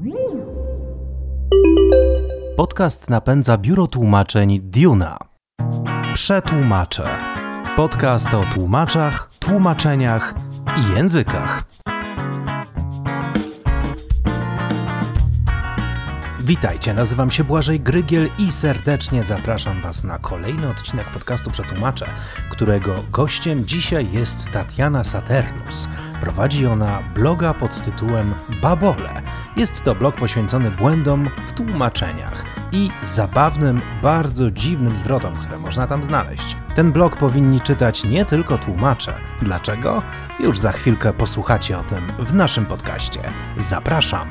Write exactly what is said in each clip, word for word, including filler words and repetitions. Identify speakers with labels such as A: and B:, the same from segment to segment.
A: Podcast napędza biuro tłumaczeń Duna. Przetłumaczę. Podcast o tłumaczach, tłumaczeniach i językach. Witajcie, nazywam się Błażej Grygiel i serdecznie zapraszam Was na kolejny odcinek podcastu Przetłumaczę, którego gościem dzisiaj jest Tatiana Saturnus. Prowadzi ona bloga pod tytułem Babole. Jest to blog poświęcony błędom w tłumaczeniach i zabawnym, bardzo dziwnym zwrotom, które można tam znaleźć. Ten blog powinni czytać nie tylko tłumacze. Dlaczego? Już za chwilkę posłuchacie o tym w naszym podcaście. Zapraszam!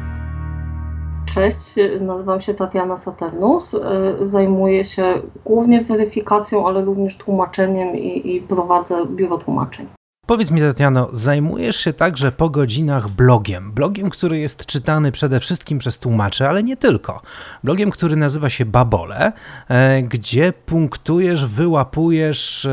B: Cześć, nazywam się Tatiana Saturnus, zajmuję się głównie weryfikacją, ale również tłumaczeniem i, i prowadzę biuro tłumaczeń.
A: Powiedz mi, Tatiano, zajmujesz się także po godzinach blogiem. Blogiem, który jest czytany przede wszystkim przez tłumaczy, ale nie tylko. Blogiem, który nazywa się Babole, gdzie punktujesz, wyłapujesz,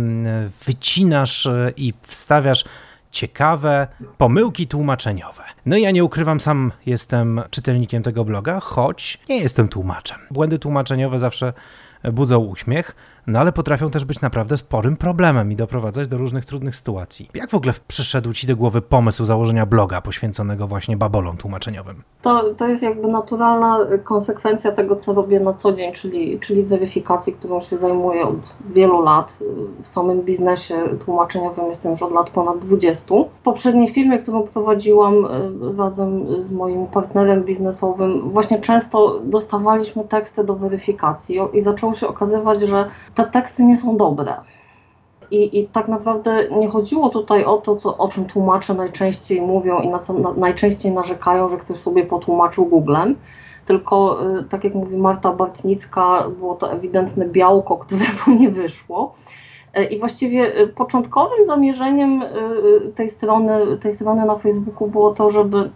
A: wycinasz i wstawiasz ciekawe pomyłki tłumaczeniowe. No i ja nie ukrywam, sam jestem czytelnikiem tego bloga, choć nie jestem tłumaczem. Błędy tłumaczeniowe zawsze budzą uśmiech, no ale potrafią też być naprawdę sporym problemem i doprowadzać do różnych trudnych sytuacji. Jak w ogóle przyszedł Ci do głowy pomysł założenia bloga poświęconego właśnie babolom tłumaczeniowym?
B: To, to jest jakby naturalna konsekwencja tego, co robię na co dzień, czyli, czyli weryfikacji, którą się zajmuję od wielu lat. W samym biznesie tłumaczeniowym jestem już od lat ponad dwudziestu. W poprzedniej firmie, którą prowadziłam razem z moim partnerem biznesowym, właśnie często dostawaliśmy teksty do weryfikacji i zaczęło się okazywać, że te teksty nie są dobre. I, I tak naprawdę nie chodziło tutaj o to, co, o czym tłumacze najczęściej mówią i na co na, najczęściej narzekają, że ktoś sobie potłumaczył Googlem, tylko y, tak jak mówi Marta Bartnicka, było to ewidentne białko, któremu nie wyszło. Y, I właściwie y, początkowym zamierzeniem y, tej strony, tej strony na Facebooku było to, żeby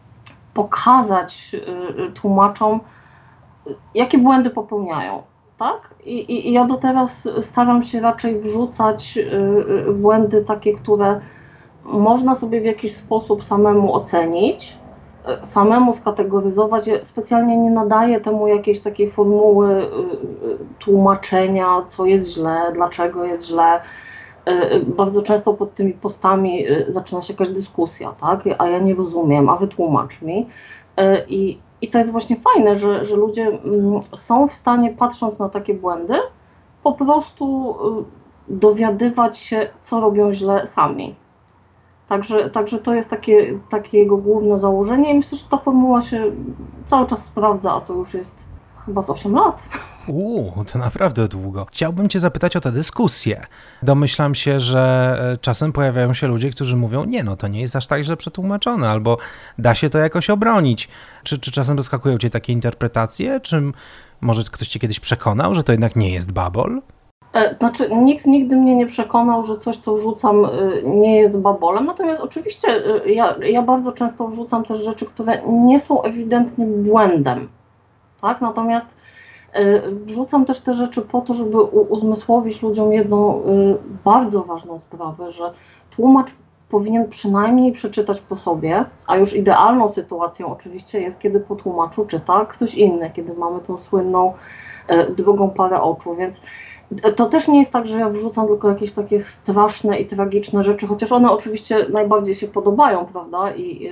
B: pokazać y, y, tłumaczom, y, jakie błędy popełniają. Tak? I, I ja do teraz staram się raczej wrzucać y, błędy takie, które można sobie w jakiś sposób samemu ocenić, y, samemu skategoryzować. Ja specjalnie nie nadaję temu jakiejś takiej formuły y, y, tłumaczenia, co jest źle, dlaczego jest źle. Y, bardzo często pod tymi postami y, zaczyna się jakaś dyskusja, tak? A ja nie rozumiem, a wytłumacz mi. Y, i I to jest właśnie fajne, że, że ludzie mm, są w stanie, patrząc na takie błędy, po prostu y, dowiadywać się, co robią źle sami. Także, także to jest takie, takie jego główne założenie i myślę, że ta formuła się cały czas sprawdza, a to już jest chyba z osiem lat.
A: Uuu, to naprawdę długo. Chciałbym Cię zapytać o tę dyskusję. Domyślam się, że czasem pojawiają się ludzie, którzy mówią, nie no, to nie jest aż tak źle przetłumaczone, albo da się to jakoś obronić. Czy, czy czasem zaskakują Cię takie interpretacje? Czy może ktoś Cię kiedyś przekonał, że to jednak nie jest babol?
B: Znaczy, nikt nigdy mnie nie przekonał, że coś, co wrzucam, nie jest babolem, natomiast oczywiście ja, ja bardzo często wrzucam też rzeczy, które nie są ewidentnie błędem, tak? Natomiast wrzucam też te rzeczy po to, żeby uzmysłowić ludziom jedną bardzo ważną sprawę, że tłumacz powinien przynajmniej przeczytać po sobie, a już idealną sytuacją oczywiście jest, kiedy po tłumaczu czyta ktoś inny, kiedy mamy tą słynną drugą parę oczu, więc to też nie jest tak, że ja wrzucam tylko jakieś takie straszne i tragiczne rzeczy, chociaż one oczywiście najbardziej się podobają, prawda, i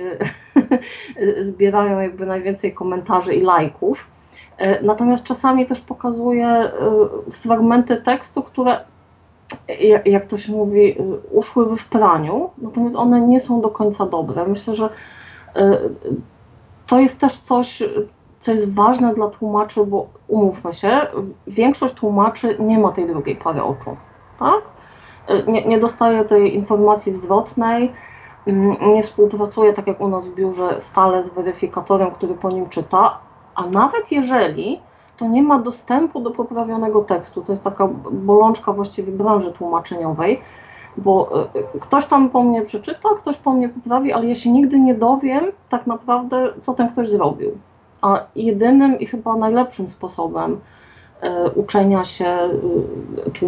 B: zbierają jakby najwięcej komentarzy i lajków. Natomiast czasami też pokazuję fragmenty tekstu, które, jak to się mówi, uszłyby w praniu, natomiast one nie są do końca dobre. Myślę, że to jest też coś, co jest ważne dla tłumaczy, bo umówmy się, większość tłumaczy nie ma tej drugiej pary oczu, tak? Nie, nie dostaje tej informacji zwrotnej, nie współpracuje, tak jak u nas w biurze, stale z weryfikatorem, który po nim czyta, a nawet jeżeli, to nie ma dostępu do poprawionego tekstu. To jest taka bolączka właściwie branży tłumaczeniowej, bo ktoś tam po mnie przeczyta, ktoś po mnie poprawi, ale ja się nigdy nie dowiem tak naprawdę, co ten ktoś zrobił. A jedynym i chyba najlepszym sposobem uczenia się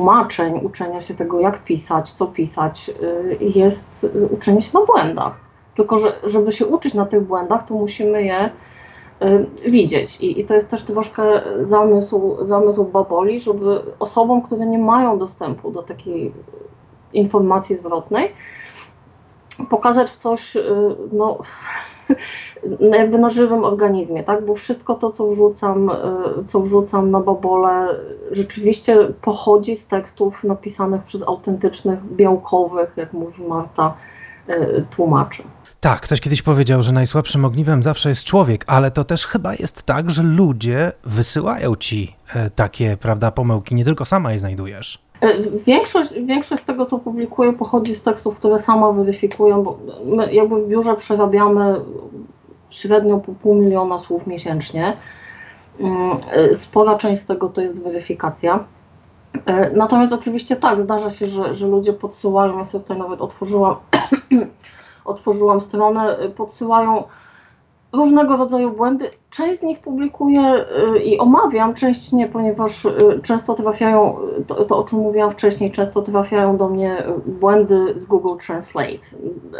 B: tłumaczeń, uczenia się tego, jak pisać, co pisać, jest uczenie się na błędach. Tylko, że żeby się uczyć na tych błędach, to musimy je y, widzieć. I, I to jest też troszkę zamysł, zamysł Baboli, żeby osobom, które nie mają dostępu do takiej informacji zwrotnej, pokazać coś, y, no, jakby na żywym organizmie, tak? Bo wszystko to, co wrzucam, co wrzucam na Babole, rzeczywiście pochodzi z tekstów napisanych przez autentycznych, białkowych, jak mówi Marta, tłumaczy.
A: Tak, ktoś kiedyś powiedział, że najsłabszym ogniwem zawsze jest człowiek, ale to też chyba jest tak, że ludzie wysyłają ci takie, prawda, pomyłki, nie tylko sama je znajdujesz.
B: Większość, większość z tego, co publikuję, pochodzi z tekstów, które sama weryfikuję, bo my jakby w biurze przerabiamy średnio po pół miliona słów miesięcznie. Spora część z tego to jest weryfikacja. Natomiast oczywiście tak, zdarza się, że, że ludzie podsyłają, ja sobie tutaj nawet otworzyłam, otworzyłam stronę, podsyłają różnego rodzaju błędy. Część z nich publikuję i omawiam, część nie, ponieważ często trafiają, to, to o czym mówiłam wcześniej, często trafiają do mnie błędy z Google Translate.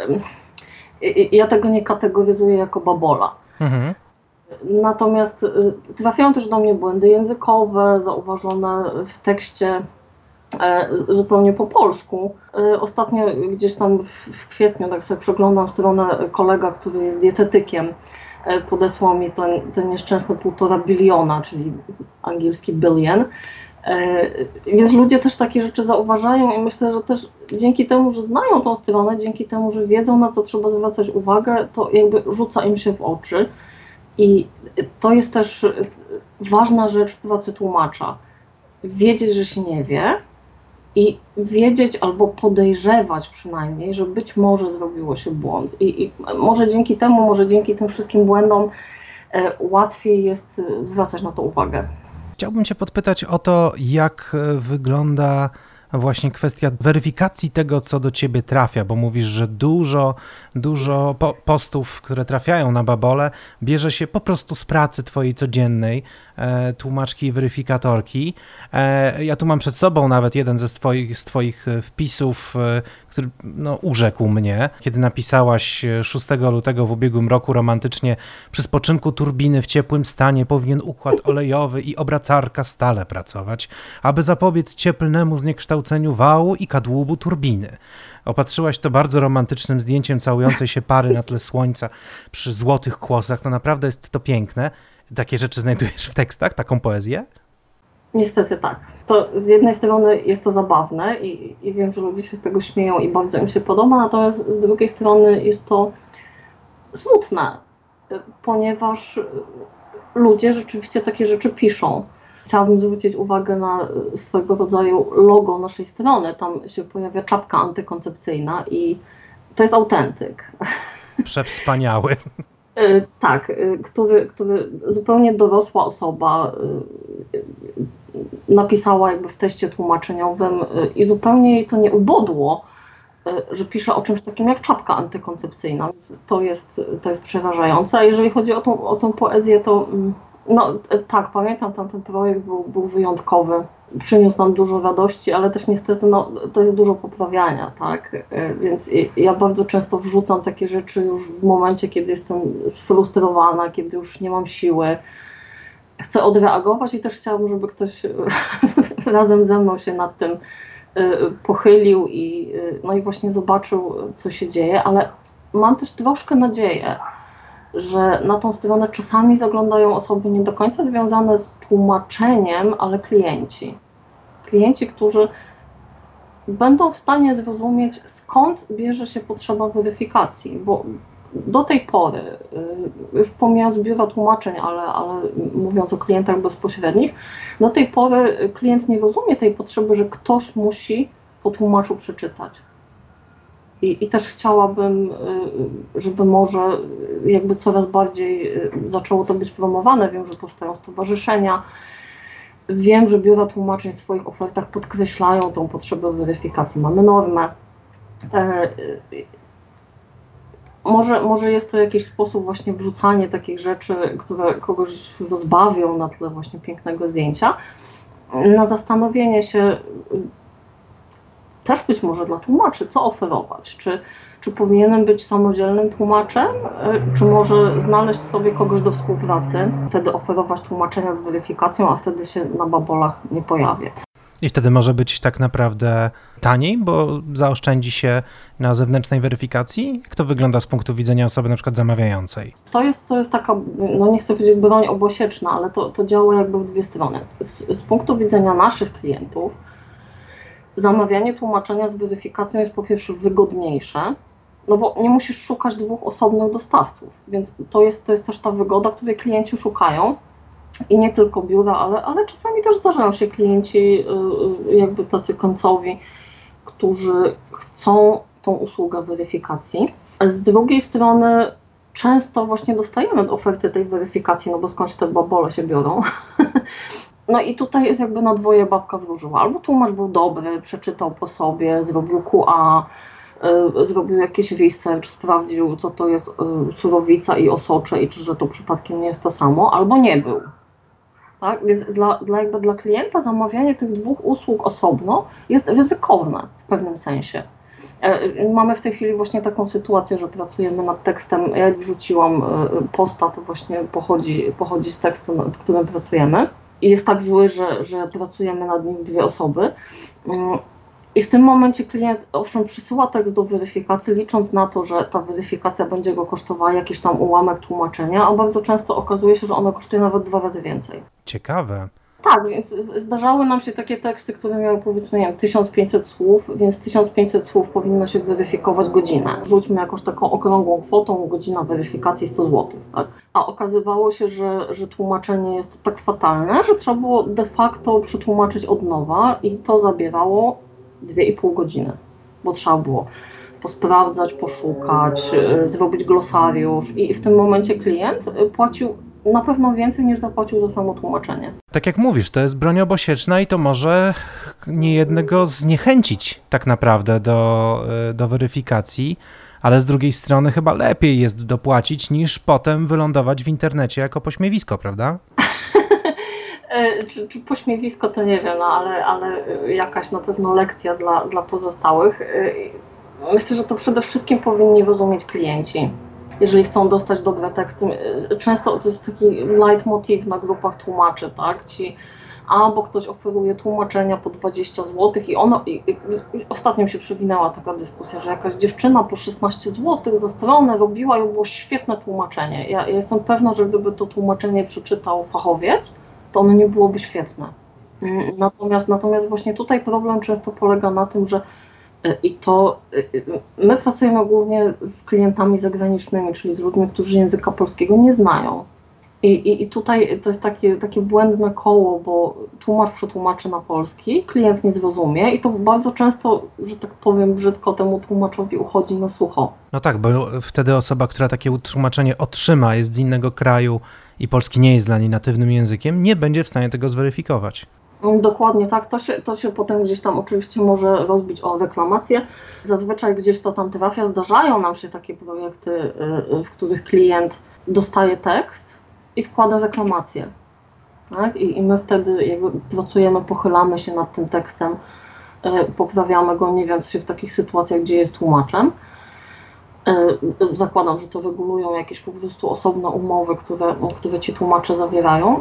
B: Ja tego nie kategoryzuję jako babola. Mhm. Natomiast trafiają też do mnie błędy językowe, zauważone w tekście zupełnie po polsku. Ostatnio gdzieś tam w kwietniu, tak sobie przeglądam stronę, kolega, który jest dietetykiem, podesłał mi ten, ten nieszczęsny półtora biliona, czyli angielski billion. Więc ludzie też takie rzeczy zauważają i myślę, że też dzięki temu, że znają tą stronę, dzięki temu, że wiedzą, na co trzeba zwracać uwagę, to jakby rzuca im się w oczy. I to jest też ważna rzecz w pracy tłumacza. Wiedzieć, że się nie wie i wiedzieć albo podejrzewać przynajmniej, że być może zrobiło się błąd. I, i może dzięki temu, może dzięki tym wszystkim błędom e, łatwiej jest zwracać na to uwagę.
A: Chciałbym Cię podpytać o to, jak wygląda właśnie kwestia weryfikacji tego, co do Ciebie trafia, bo mówisz, że dużo, dużo po- postów, które trafiają na Babole, bierze się po prostu z pracy Twojej codziennej, e, tłumaczki i weryfikatorki. E, ja tu mam przed sobą nawet jeden ze twoich, z Twoich wpisów, e, który no, urzekł mnie, kiedy napisałaś szóstego lutego w ubiegłym roku romantycznie: przy spoczynku turbiny w ciepłym stanie powinien układ olejowy i obracarka stale pracować, aby zapobiec cieplnemu zniekształceniu wału i kadłubu turbiny. Opatrzyłaś to bardzo romantycznym zdjęciem całującej się pary na tle słońca przy złotych kłosach. No naprawdę jest to piękne. Takie rzeczy znajdujesz w tekstach? Taką poezję?
B: Niestety tak. To z jednej strony jest to zabawne i, i wiem, że ludzie się z tego śmieją i bardzo im się podoba, natomiast z drugiej strony jest to smutne, ponieważ ludzie rzeczywiście takie rzeczy piszą. Chciałabym zwrócić uwagę na swego rodzaju logo naszej strony. Tam się pojawia czapka antykoncepcyjna i to jest autentyk.
A: Przewspaniały.
B: Tak, który, który zupełnie dorosła osoba napisała jakby w teście tłumaczeniowym i zupełnie jej to nie ubodło, że pisze o czymś takim jak czapka antykoncepcyjna. Więc to jest, to jest przerażające. A jeżeli chodzi o tą, o tą poezję, to no tak, pamiętam, tam ten projekt był, był wyjątkowy. Przyniósł nam dużo radości, ale też niestety no, to jest dużo poprawiania, tak? Więc ja bardzo często wrzucam takie rzeczy już w momencie, kiedy jestem sfrustrowana, kiedy już nie mam siły. Chcę odreagować i też chciałabym, żeby ktoś razem ze mną się nad tym pochylił i, no i właśnie zobaczył, co się dzieje, ale mam też troszkę nadzieję, że na tą stronę czasami zaglądają osoby nie do końca związane z tłumaczeniem, ale klienci. Klienci, którzy będą w stanie zrozumieć, skąd bierze się potrzeba weryfikacji, bo do tej pory, już pomijając biura tłumaczeń, ale, ale mówiąc o klientach bezpośrednich, do tej pory klient nie rozumie tej potrzeby, że ktoś musi po tłumaczu przeczytać. I, I też chciałabym, żeby może jakby coraz bardziej zaczęło to być promowane. Wiem, że powstają stowarzyszenia. Wiem, że biura tłumaczeń w swoich ofertach podkreślają tą potrzebę weryfikacji. Mamy normę. Może, może jest to jakiś sposób właśnie wrzucanie takich rzeczy, które kogoś rozbawią na tle właśnie pięknego zdjęcia. Na zastanowienie się, też być może dla tłumaczy, co oferować. Czy, czy powinienem być samodzielnym tłumaczem, czy może znaleźć sobie kogoś do współpracy, wtedy oferować tłumaczenia z weryfikacją, a wtedy się na babolach nie pojawię.
A: I wtedy może być tak naprawdę taniej, bo zaoszczędzi się na zewnętrznej weryfikacji? Jak to wygląda z punktu widzenia osoby na przykład zamawiającej?
B: To jest, to jest taka, no nie chcę powiedzieć broń obosieczna, ale to, to działa jakby w dwie strony. Z, z punktu widzenia naszych klientów zamawianie tłumaczenia z weryfikacją jest po pierwsze wygodniejsze, no bo nie musisz szukać dwóch osobnych dostawców, więc to jest, to jest też ta wygoda, której klienci szukają. I nie tylko biura, ale, ale czasami też zdarzają się klienci jakby tacy końcowi, którzy chcą tą usługę weryfikacji. Z drugiej strony często właśnie dostajemy oferty tej weryfikacji, no bo skądś te babole się biorą. No i tutaj jest jakby na dwoje babka wróżyła. Albo tłumacz był dobry, przeczytał po sobie, zrobił Q A, zrobił jakiś research, sprawdził, co to jest surowica i osocze i czy że to przypadkiem nie jest to samo, albo nie był. Tak? Więc dla, dla, jakby dla klienta zamawianie tych dwóch usług osobno jest ryzykowne w pewnym sensie. Mamy w tej chwili właśnie taką sytuację, że pracujemy nad tekstem. Ja wrzuciłam posta, to właśnie pochodzi, pochodzi z tekstu, nad którym pracujemy. I jest tak zły, że, że pracujemy nad nim dwie osoby. I w tym momencie klient owszem przysyła tekst do weryfikacji, licząc na to, że ta weryfikacja będzie go kosztowała jakiś tam ułamek tłumaczenia, a bardzo często okazuje się, że ono kosztuje nawet dwa razy więcej.
A: Ciekawe.
B: Tak, więc zdarzały nam się takie teksty, które miały powiedzmy, nie wiem, tysiąc pięćset słów, więc tysiąc pięćset słów powinno się weryfikować godzinę. Rzućmy jakąś taką okrągłą kwotą, godzina weryfikacji sto złotych, tak? A okazywało się, że, że tłumaczenie jest tak fatalne, że trzeba było de facto przetłumaczyć od nowa i to zabierało dwie i pół godziny, bo trzeba było posprawdzać, poszukać, yy, zrobić glosariusz i w tym momencie klient płacił na pewno więcej niż zapłacił za samo tłumaczenie.
A: Tak jak mówisz, to jest broń obosieczna i to może niejednego zniechęcić tak naprawdę do, do weryfikacji, ale z drugiej strony chyba lepiej jest dopłacić niż potem wylądować w internecie jako pośmiewisko, prawda?
B: Czy, czy pośmiewisko to nie wiem, no ale, ale jakaś na pewno lekcja dla, dla pozostałych. Myślę, że to przede wszystkim powinni rozumieć klienci, jeżeli chcą dostać dobre teksty. Często to jest taki leitmotiv na grupach tłumaczy, tak? Ci, a bo ktoś oferuje tłumaczenia po dwadzieścia złotych i ono, i, i, i ostatnio mi się przewinęła taka dyskusja, że jakaś dziewczyna po szesnaście złotych za stronę robiła i było świetne tłumaczenie. Ja, ja jestem pewna, że gdyby to tłumaczenie przeczytał fachowiec, to ono nie byłoby świetne. Natomiast, natomiast właśnie tutaj problem często polega na tym, że i to my pracujemy głównie z klientami zagranicznymi, czyli z ludźmi, którzy języka polskiego nie znają. I, i, i tutaj to jest takie, takie błędne koło, bo tłumacz przetłumaczy na polski, klient nie zrozumie i to bardzo często, że tak powiem brzydko, temu tłumaczowi uchodzi na sucho.
A: No tak, bo wtedy osoba, która takie tłumaczenie otrzyma, jest z innego kraju i polski nie jest dla niej natywnym językiem, nie będzie w stanie tego zweryfikować.
B: Dokładnie tak, to się, to się potem gdzieś tam oczywiście może rozbić o reklamację. Zazwyczaj gdzieś to tam trafia, zdarzają nam się takie projekty, w których klient dostaje tekst i składa reklamację. Tak? I, I my wtedy jakby pracujemy, pochylamy się nad tym tekstem, poprawiamy go, nie wiem, czy w takich sytuacjach, gdzie jest tłumaczem. Zakładam, że to regulują jakieś po prostu osobne umowy, które, które ci tłumacze zawierają.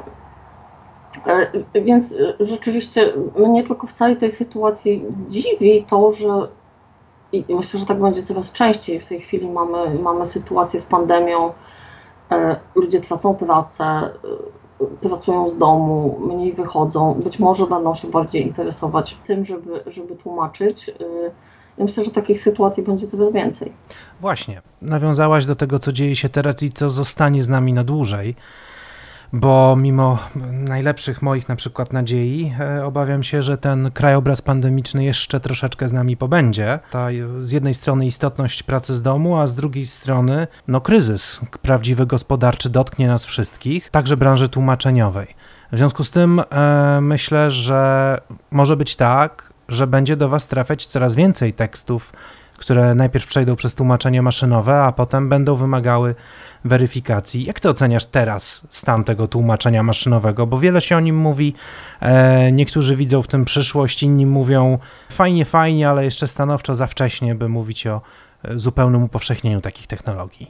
B: Więc rzeczywiście mnie tylko w całej tej sytuacji dziwi to, że i myślę, że tak będzie coraz częściej. W tej chwili mamy, mamy sytuację z pandemią, ludzie tracą pracę, pracują z domu, mniej wychodzą, być może będą się bardziej interesować tym, żeby, żeby tłumaczyć. Ja myślę, że takich sytuacji będzie coraz więcej.
A: Właśnie, nawiązałaś do tego, co dzieje się teraz i co zostanie z nami na dłużej. Bo mimo najlepszych moich na przykład nadziei, e, obawiam się, że ten krajobraz pandemiczny jeszcze troszeczkę z nami pobędzie. Ta z jednej strony istotność pracy z domu, a z drugiej strony no kryzys prawdziwy gospodarczy dotknie nas wszystkich, także branży tłumaczeniowej. W związku z tym e, myślę, że może być tak, że będzie do Was trafiać coraz więcej tekstów, które najpierw przejdą przez tłumaczenie maszynowe, a potem będą wymagały weryfikacji. Jak ty oceniasz teraz stan tego tłumaczenia maszynowego? Bo wiele się o nim mówi, e, niektórzy widzą w tym przyszłość, inni mówią fajnie, fajnie, ale jeszcze stanowczo za wcześnie, by mówić o zupełnym upowszechnieniu takich technologii.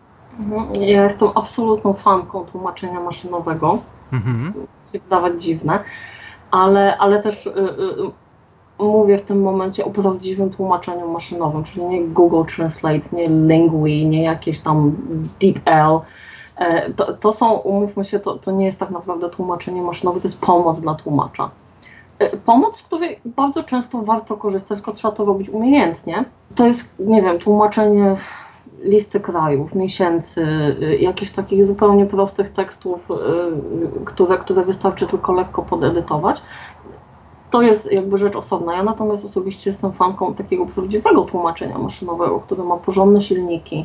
B: Ja jestem absolutną fanką tłumaczenia maszynowego.
A: Mhm.
B: To się wydawać dziwne, ale, ale też y, y, mówię w tym momencie o prawdziwym tłumaczeniu maszynowym, czyli nie Google Translate, nie Lingui, nie jakieś tam DeepL. To, to są, umówmy się, to, to nie jest tak naprawdę tłumaczenie maszynowe, to jest pomoc dla tłumacza. Pomoc, z której bardzo często warto korzystać, tylko trzeba to robić umiejętnie. To jest, nie wiem, tłumaczenie listy krajów, miesięcy, jakichś takich zupełnie prostych tekstów, które, które wystarczy tylko lekko podedytować. To jest jakby rzecz osobna. Ja natomiast osobiście jestem fanką takiego prawdziwego tłumaczenia maszynowego, które ma porządne silniki.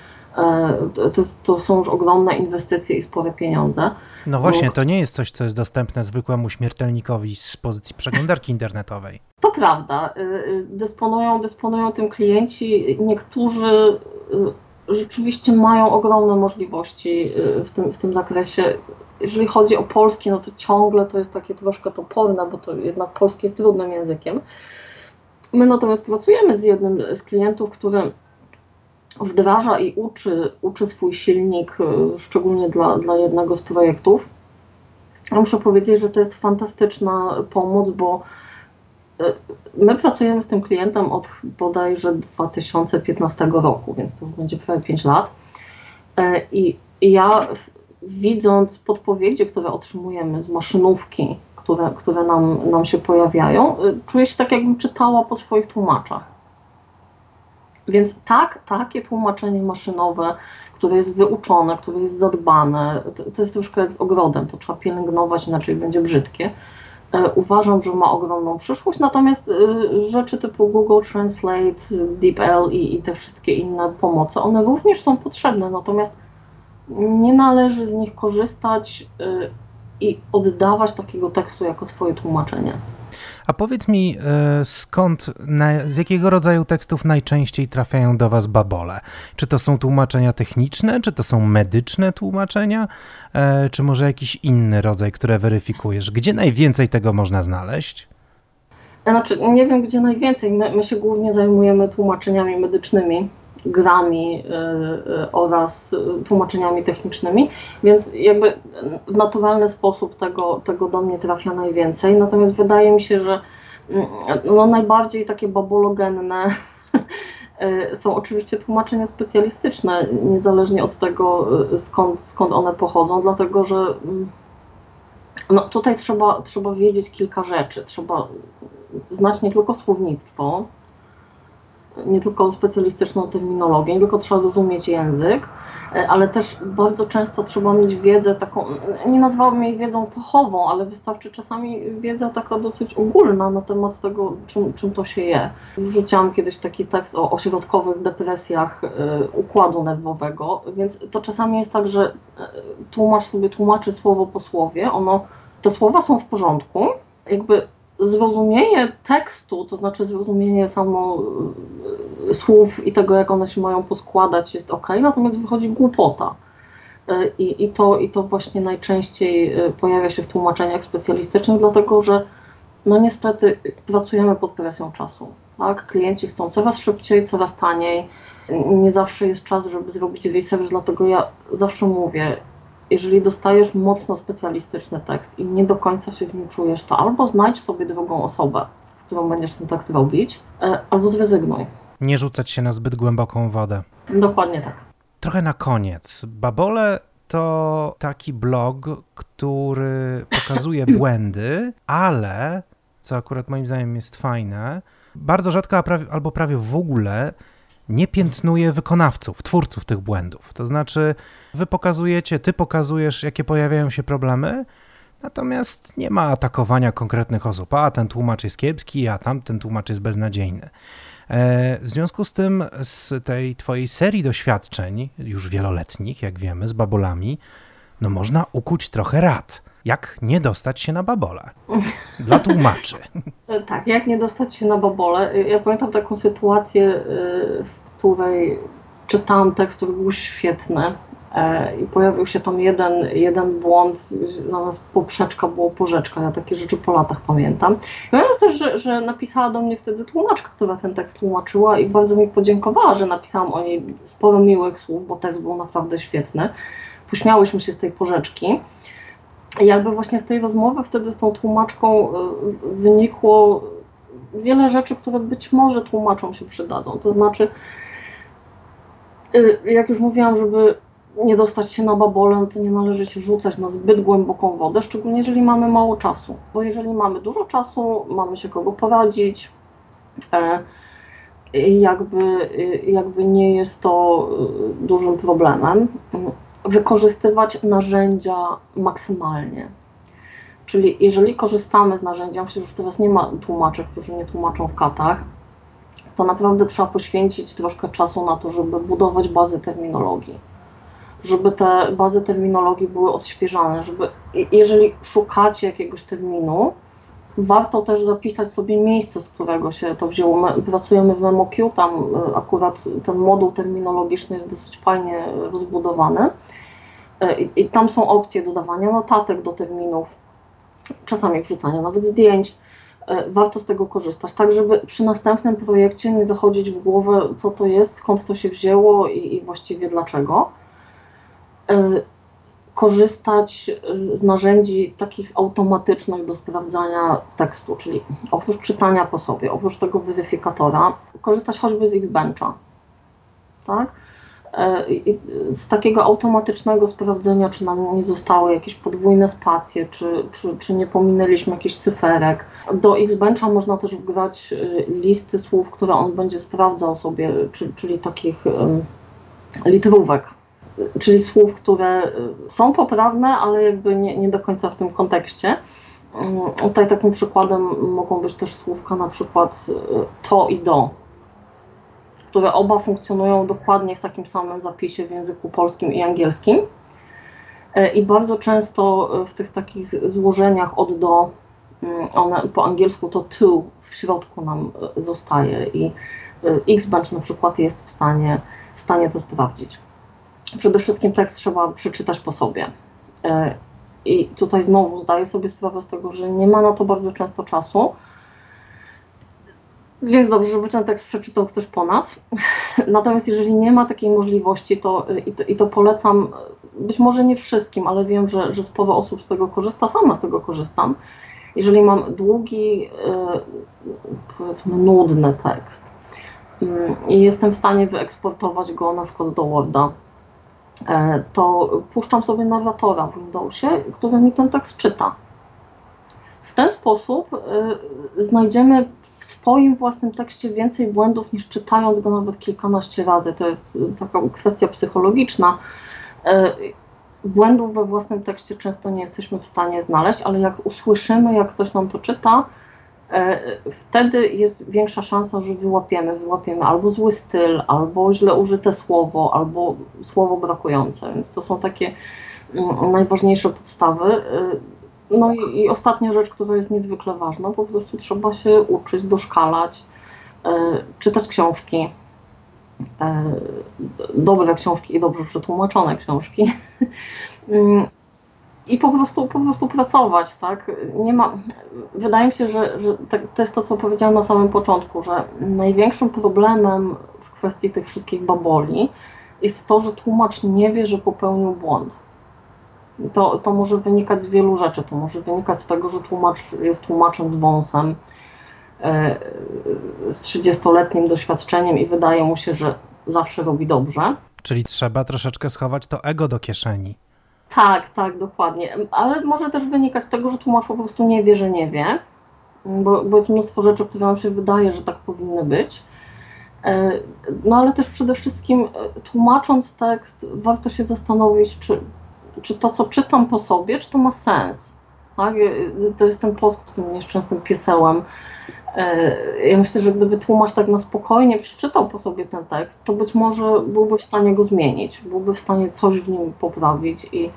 B: To, to są już ogromne inwestycje i spore pieniądze.
A: No właśnie, to nie jest coś, co jest dostępne zwykłemu śmiertelnikowi z pozycji przeglądarki internetowej.
B: To prawda. Dysponują, dysponują tym klienci. Niektórzy rzeczywiście mają ogromne możliwości w tym, w tym zakresie. Jeżeli chodzi o polski, no to ciągle to jest takie troszkę toporne, bo to jednak polski jest trudnym językiem. My natomiast pracujemy z jednym z klientów, który wdraża i uczy, uczy swój silnik, szczególnie dla, dla jednego z projektów. Ja muszę powiedzieć, że to jest fantastyczna pomoc, bo my pracujemy z tym klientem od bodajże dwa tysiące piętnastego roku, więc to już będzie prawie pięć lat. I, i ja widząc podpowiedzi, które otrzymujemy z maszynówki, które, które nam, nam się pojawiają, czuję się tak, jakbym czytała po swoich tłumaczach. Więc tak, takie tłumaczenie maszynowe, które jest wyuczone, które jest zadbane, to, to jest troszkę jak z ogrodem, to trzeba pielęgnować, inaczej będzie brzydkie. E, uważam, że ma ogromną przyszłość, natomiast e, rzeczy typu Google Translate, DeepL i, i te wszystkie inne pomoce, one również są potrzebne, natomiast nie należy z nich korzystać e, i oddawać takiego tekstu jako swoje tłumaczenie.
A: A powiedz mi, skąd, z jakiego rodzaju tekstów najczęściej trafiają do was babole? Czy to są tłumaczenia techniczne, czy to są medyczne tłumaczenia, czy może jakiś inny rodzaj, które weryfikujesz? Gdzie najwięcej tego można znaleźć?
B: Znaczy, nie wiem gdzie najwięcej. My, my się głównie zajmujemy tłumaczeniami medycznymi, grami yy, yy, oraz tłumaczeniami technicznymi, więc jakby w naturalny sposób tego, tego do mnie trafia najwięcej. Natomiast wydaje mi się, że yy, no najbardziej takie babologenne yy, są oczywiście tłumaczenia specjalistyczne, niezależnie od tego yy, skąd, skąd one pochodzą, dlatego że yy, no tutaj trzeba, trzeba wiedzieć kilka rzeczy. Trzeba znać nie tylko słownictwo, nie tylko specjalistyczną terminologię, nie tylko trzeba rozumieć język, ale też bardzo często trzeba mieć wiedzę taką, nie nazwałabym jej wiedzą fachową, ale wystarczy czasami wiedza taka dosyć ogólna na temat tego, czym, czym to się je. Wrzuciłam kiedyś taki tekst o ośrodkowych depresjach układu nerwowego, więc to czasami jest tak, że tłumacz sobie tłumaczy słowo po słowie, ono, te słowa są w porządku, jakby zrozumienie tekstu, to znaczy zrozumienie samo słów i tego, jak one się mają poskładać, jest ok, natomiast wychodzi głupota. I, i, to, I to właśnie najczęściej pojawia się w tłumaczeniach specjalistycznych, dlatego że no niestety pracujemy pod presją czasu. Tak? Klienci chcą coraz szybciej, coraz taniej. Nie zawsze jest czas, żeby zrobić research, dlatego ja zawsze mówię, jeżeli dostajesz mocno specjalistyczny tekst i nie do końca się w nim czujesz, to albo znajdź sobie drugą osobę, z którą będziesz ten tekst robić, albo zrezygnuj.
A: Nie rzucać się na zbyt głęboką wodę.
B: Dokładnie tak.
A: Trochę na koniec. Babole to taki blog, który pokazuje błędy, ale, co akurat moim zdaniem jest fajne, bardzo rzadko albo prawie w ogóle nie piętnuje wykonawców, twórców tych błędów. To znaczy, wy pokazujecie, ty pokazujesz, jakie pojawiają się problemy, natomiast nie ma atakowania konkretnych osób. A ten tłumacz jest kiepski, a tamten tłumacz jest beznadziejny. W związku z tym z tej twojej serii doświadczeń, już wieloletnich, jak wiemy, z babolami, no można ukuć trochę rad. Jak nie dostać się na babole? Dla tłumaczy.
B: Tak, jak nie dostać się na babole. Ja pamiętam taką sytuację, w której czytałam tekst, który był świetny i pojawił się tam jeden, jeden błąd, zamiast poprzeczka było porzeczka. Ja takie rzeczy po latach pamiętam. Pamiętam też, że, że napisała do mnie wtedy tłumaczka, która ten tekst tłumaczyła i bardzo mi podziękowała, że napisałam o niej sporo miłych słów, bo tekst był naprawdę świetny. Pośmiałyśmy się z tej porzeczki. I jakby właśnie z tej rozmowy wtedy z tą tłumaczką wynikło wiele rzeczy, które być może tłumaczom się przydadzą. To znaczy, jak już mówiłam, żeby nie dostać się na babole, no to nie należy się rzucać na zbyt głęboką wodę, szczególnie jeżeli mamy mało czasu. Bo jeżeli mamy dużo czasu, mamy się kogo poradzić, jakby, jakby nie jest to dużym problemem. Wykorzystywać narzędzia maksymalnie. Czyli jeżeli korzystamy z narzędzia, myślę, że już teraz nie ma tłumaczy, którzy nie tłumaczą w katach, to naprawdę trzeba poświęcić troszkę czasu na to, żeby budować bazy terminologii. Żeby te bazy terminologii były odświeżane, żeby jeżeli szukacie jakiegoś terminu, warto też zapisać sobie miejsce, z którego się to wzięło. My pracujemy w MemoQ, tam akurat ten moduł terminologiczny jest dosyć fajnie rozbudowany i, i tam są opcje dodawania notatek do terminów, czasami wrzucania nawet zdjęć. Warto z tego korzystać, tak żeby przy następnym projekcie nie zachodzić w głowę, co to jest, skąd to się wzięło i, i właściwie dlaczego. Korzystać z narzędzi takich automatycznych do sprawdzania tekstu, czyli oprócz czytania po sobie, oprócz tego weryfikatora, korzystać choćby z Xbencha, tak? Z takiego automatycznego sprawdzenia, czy nam nie zostały jakieś podwójne spacje, czy, czy, czy nie pominęliśmy jakichś cyferek. Do Xbencha można też wgrać listy słów, które on będzie sprawdzał sobie, czyli, czyli takich um, litrówek. Czyli słów, które są poprawne, ale jakby nie, nie do końca w tym kontekście. Tutaj takim przykładem mogą być też słówka na przykład to i do, które oba funkcjonują dokładnie w takim samym zapisie w języku polskim i angielskim. I bardzo często w tych takich złożeniach od do, one po angielsku to to w środku nam zostaje i Xbench na przykład jest w stanie, w stanie to sprawdzić. Przede wszystkim tekst trzeba przeczytać po sobie. I tutaj znowu zdaję sobie sprawę z tego, że nie ma na to bardzo często czasu, więc dobrze, żeby ten tekst przeczytał ktoś po nas. Natomiast jeżeli nie ma takiej możliwości, to i, to i to polecam, być może nie wszystkim, ale wiem, że, że sporo osób z tego korzysta, sama z tego korzystam. Jeżeli mam długi, powiedzmy nudny tekst i jestem w stanie wyeksportować go na przykład do Worda, to puszczam sobie narratora w Windowsie, który mi ten tekst czyta. W ten sposób y, znajdziemy w swoim własnym tekście więcej błędów niż czytając go nawet kilkanaście razy. To jest taka kwestia psychologiczna. Y, błędów we własnym tekście często nie jesteśmy w stanie znaleźć, ale jak usłyszymy, jak ktoś nam to czyta, y, wtedy jest większa szansa, że wyłapiemy, wyłapiemy albo zły styl, albo źle użyte słowo, albo słowo brakujące. Więc to są takie y, najważniejsze podstawy. Y, No i, i ostatnia rzecz, która jest niezwykle ważna, po prostu trzeba się uczyć, doszkalać, y, czytać książki, y, dobre książki i dobrze przetłumaczone książki y, i po prostu, po prostu pracować, tak? Nie ma, wydaje mi się, że, że to jest to, co powiedziałam na samym początku, że największym problemem w kwestii tych wszystkich baboli jest to, że tłumacz nie wie, że popełnił błąd. To, to może wynikać z wielu rzeczy. To może wynikać z tego, że tłumacz jest tłumaczem z wąsem, z trzydziestoletnim doświadczeniem i wydaje mu się, że zawsze robi dobrze.
A: Czyli trzeba troszeczkę schować to ego do kieszeni.
B: Tak, tak, dokładnie. Ale może też wynikać z tego, że tłumacz po prostu nie wie, że nie wie, bo, bo jest mnóstwo rzeczy, które nam się wydaje, że tak powinny być. No ale też przede wszystkim tłumacząc tekst warto się zastanowić, czy czy to, co czytam po sobie, czy to ma sens. Tak? To jest ten post z tym nieszczęsnym piesełem. Ja myślę, że gdyby tłumacz tak na spokojnie przeczytał po sobie ten tekst, to być może byłby w stanie go zmienić, byłby w stanie coś w nim poprawić i,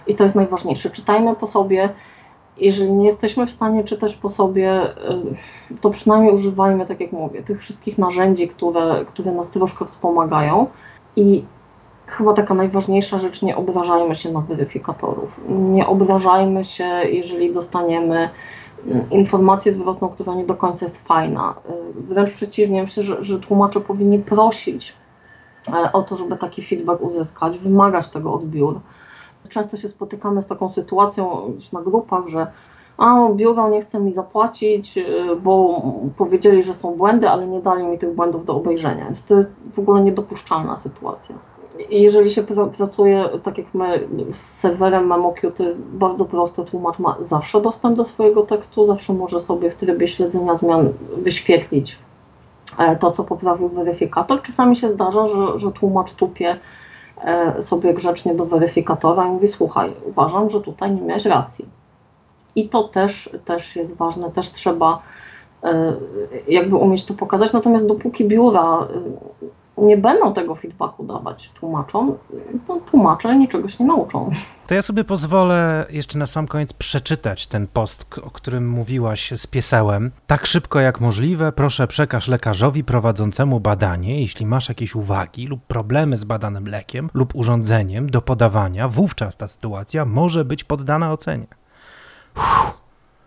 B: I to jest najważniejsze. Czytajmy po sobie. Jeżeli nie jesteśmy w stanie czytać po sobie, to przynajmniej używajmy, tak jak mówię, tych wszystkich narzędzi, które, które nas troszkę wspomagają. I chyba taka najważniejsza rzecz, nie obrażajmy się na weryfikatorów. Nie obrażajmy się, jeżeli dostaniemy informację zwrotną, która nie do końca jest fajna. Wręcz przeciwnie, myślę, że, że tłumacze powinni prosić o to, żeby taki feedback uzyskać, wymagać tego od biur. Często się spotykamy z taką sytuacją na grupach, że a biuro nie chce mi zapłacić, bo powiedzieli, że są błędy, ale nie dali mi tych błędów do obejrzenia. Więc to jest w ogóle niedopuszczalna sytuacja. I jeżeli się pracuje, tak jak my, z serwerem MemoQ, to jest bardzo proste, tłumacz ma zawsze dostęp do swojego tekstu, zawsze może sobie w trybie śledzenia zmian wyświetlić to, co poprawił weryfikator. Czasami się zdarza, że, że tłumacz tupie sobie grzecznie do weryfikatora i mówi: słuchaj, uważam, że tutaj nie miałeś racji. I to też, też jest ważne, też trzeba jakby umieć to pokazać, natomiast dopóki biura nie będą tego feedbacku dawać tłumaczom, to tłumacze niczego się nie nauczą.
A: To ja sobie pozwolę jeszcze na sam koniec przeczytać ten post, o którym mówiłaś z piesełem. Tak szybko jak możliwe, proszę przekaż lekarzowi prowadzącemu badanie, jeśli masz jakieś uwagi lub problemy z badanym lekiem lub urządzeniem do podawania, wówczas ta sytuacja może być poddana ocenie. Uff.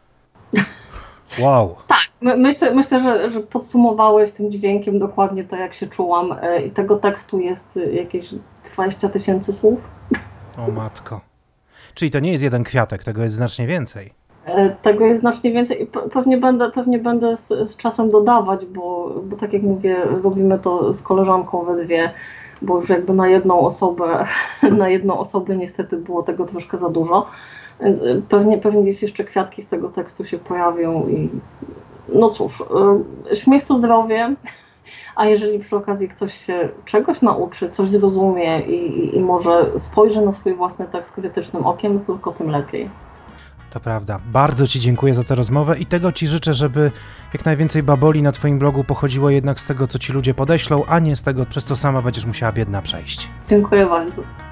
A: Wow.
B: Tak, my, myślę, myślę że, że podsumowałeś tym dźwiękiem dokładnie to, jak się czułam. I tego tekstu jest jakieś dwadzieścia tysięcy słów.
A: O matko. Czyli to nie jest jeden kwiatek, tego jest znacznie więcej.
B: Tego jest znacznie więcej i pewnie będę, pewnie będę z, z czasem dodawać, bo, bo tak jak mówię, robimy to z koleżanką we dwie, bo już jakby na jedną osobę, na jedną osobę niestety było tego troszkę za dużo. Pewnie, pewnie gdzieś jeszcze kwiatki z tego tekstu się pojawią i no cóż, śmiech to zdrowie, a jeżeli przy okazji ktoś się czegoś nauczy, coś zrozumie i, i może spojrzy na swój własny tekst krytycznym okiem, to tylko tym lepiej.
A: To prawda. Bardzo Ci dziękuję za tę rozmowę i tego Ci życzę, żeby jak najwięcej baboli na Twoim blogu pochodziło jednak z tego, co Ci ludzie podeślą, a nie z tego, przez co sama będziesz musiała biedna przejść.
B: Dziękuję bardzo.